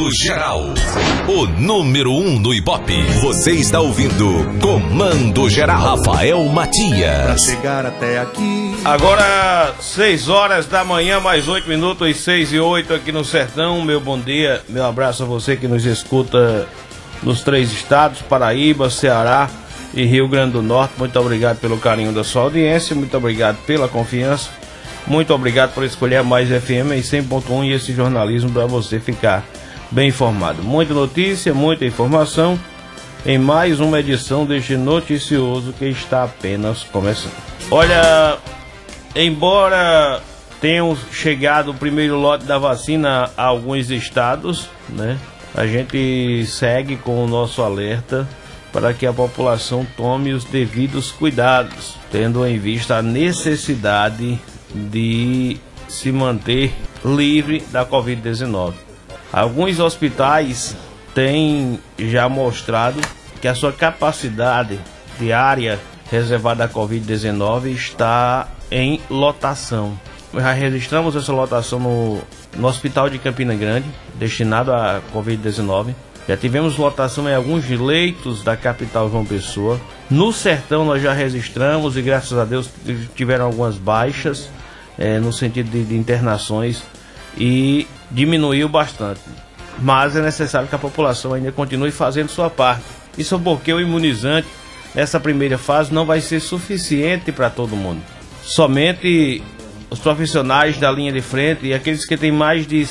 Comando Geral. O número 1 no Ibope. Você está ouvindo Comando Geral. Rafael Matias. Pra chegar até aqui. Agora 6 horas da manhã, mais 8 minutos, 6 e 8 aqui no Sertão. Meu bom dia, meu abraço a você que nos escuta nos 3 estados, Paraíba, Ceará e Rio Grande do Norte. Muito obrigado pelo carinho da sua audiência, muito obrigado pela confiança, muito obrigado por escolher a Mais FM em 100.1 e esse jornalismo para você ficar bem informado. Muita notícia, muita informação em mais uma edição deste noticioso que está apenas começando. Olha, embora tenham chegado o primeiro lote da vacina a alguns estados, né? A gente segue com o nosso alerta para que a população tome os devidos cuidados, tendo em vista a necessidade de se manter livre da Covid-19. Alguns hospitais têm já mostrado que a sua capacidade de área reservada à Covid-19 está em lotação. Já registramos essa lotação no Hospital de Campina Grande, destinado à Covid-19. Já tivemos lotação em alguns leitos da capital João Pessoa. No Sertão nós já registramos e graças a Deus tiveram algumas baixas no sentido de internações e diminuiu bastante. Mas é necessário que a população ainda continue fazendo sua parte. Isso porque o imunizante nessa primeira fase não vai ser suficiente para todo mundo. Somente os profissionais da linha de frente e aqueles que têm mais de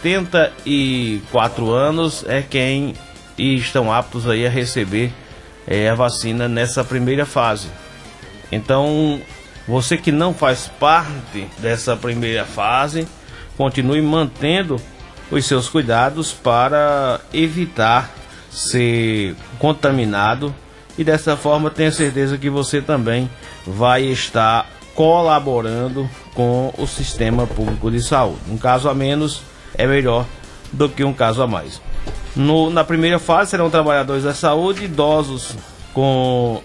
74 anos é quem estão aptos aí a receber a vacina nessa primeira fase. Então, você que não faz parte dessa primeira fase, continue mantendo os seus cuidados para evitar ser contaminado e dessa forma tenha certeza que você também vai estar colaborando com o sistema público de saúde. Um caso a menos é melhor do que um caso a mais. Na primeira fase serão trabalhadores da saúde, idosos com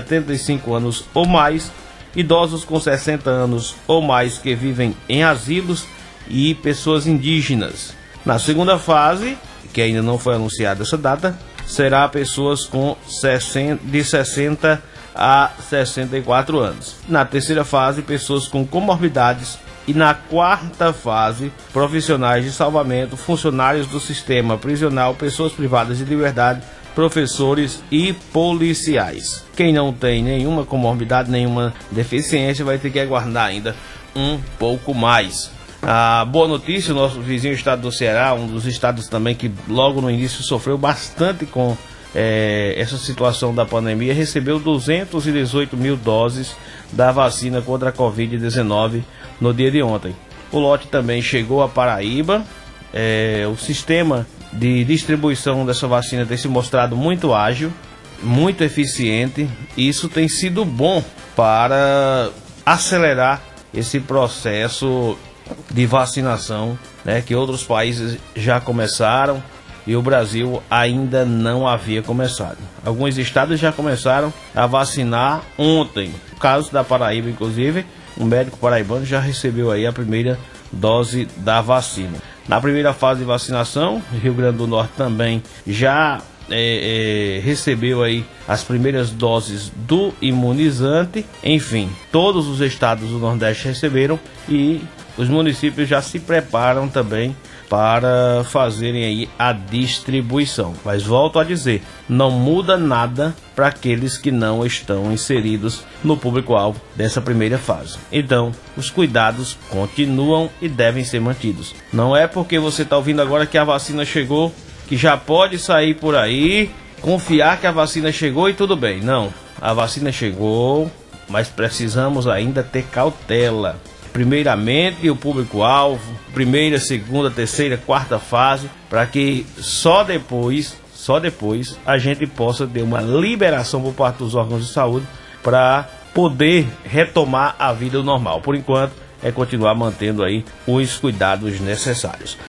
75 anos ou mais, idosos com 60 anos ou mais que vivem em asilos e pessoas indígenas. Na segunda fase, que ainda não foi anunciada essa data, será pessoas de 60 a 64 anos. Na terceira fase, pessoas com comorbidades. E na quarta fase, profissionais de salvamento, funcionários do sistema prisional, pessoas privadas de liberdade, professores e policiais. Quem não tem nenhuma comorbidade, nenhuma deficiência, vai ter que aguardar ainda um pouco mais. A boa notícia, o nosso vizinho estado do Ceará, um dos estados também que logo no início sofreu bastante com essa situação da pandemia, recebeu 218 mil doses da vacina contra a Covid-19 no dia de ontem. O lote também chegou a Paraíba. O sistema de distribuição dessa vacina tem se mostrado muito ágil, muito eficiente, e isso tem sido bom para acelerar esse processo de vacinação, né, que outros países já começaram e o Brasil ainda não havia começado. Alguns estados já começaram a vacinar ontem. No caso da Paraíba, inclusive, um médico paraibano já recebeu aí a primeira dose da vacina. Na primeira fase de vacinação, o Rio Grande do Norte também já recebeu aí as primeiras doses do imunizante. Enfim, todos os estados do Nordeste receberam e os municípios já se preparam também para fazerem aí a distribuição. Mas volto a dizer, não muda nada para aqueles que não estão inseridos no público-alvo dessa primeira fase. Então, os cuidados continuam e devem ser mantidos. Não é porque você está ouvindo agora que a vacina chegou, que já pode sair por aí, confiar que a vacina chegou e tudo bem. Não, a vacina chegou, mas precisamos ainda ter cautela. Primeiramente o público-alvo, primeira, segunda, terceira, quarta fase, para que só depois a gente possa ter uma liberação por parte dos órgãos de saúde para poder retomar a vida normal. Por enquanto, é continuar mantendo aí os cuidados necessários.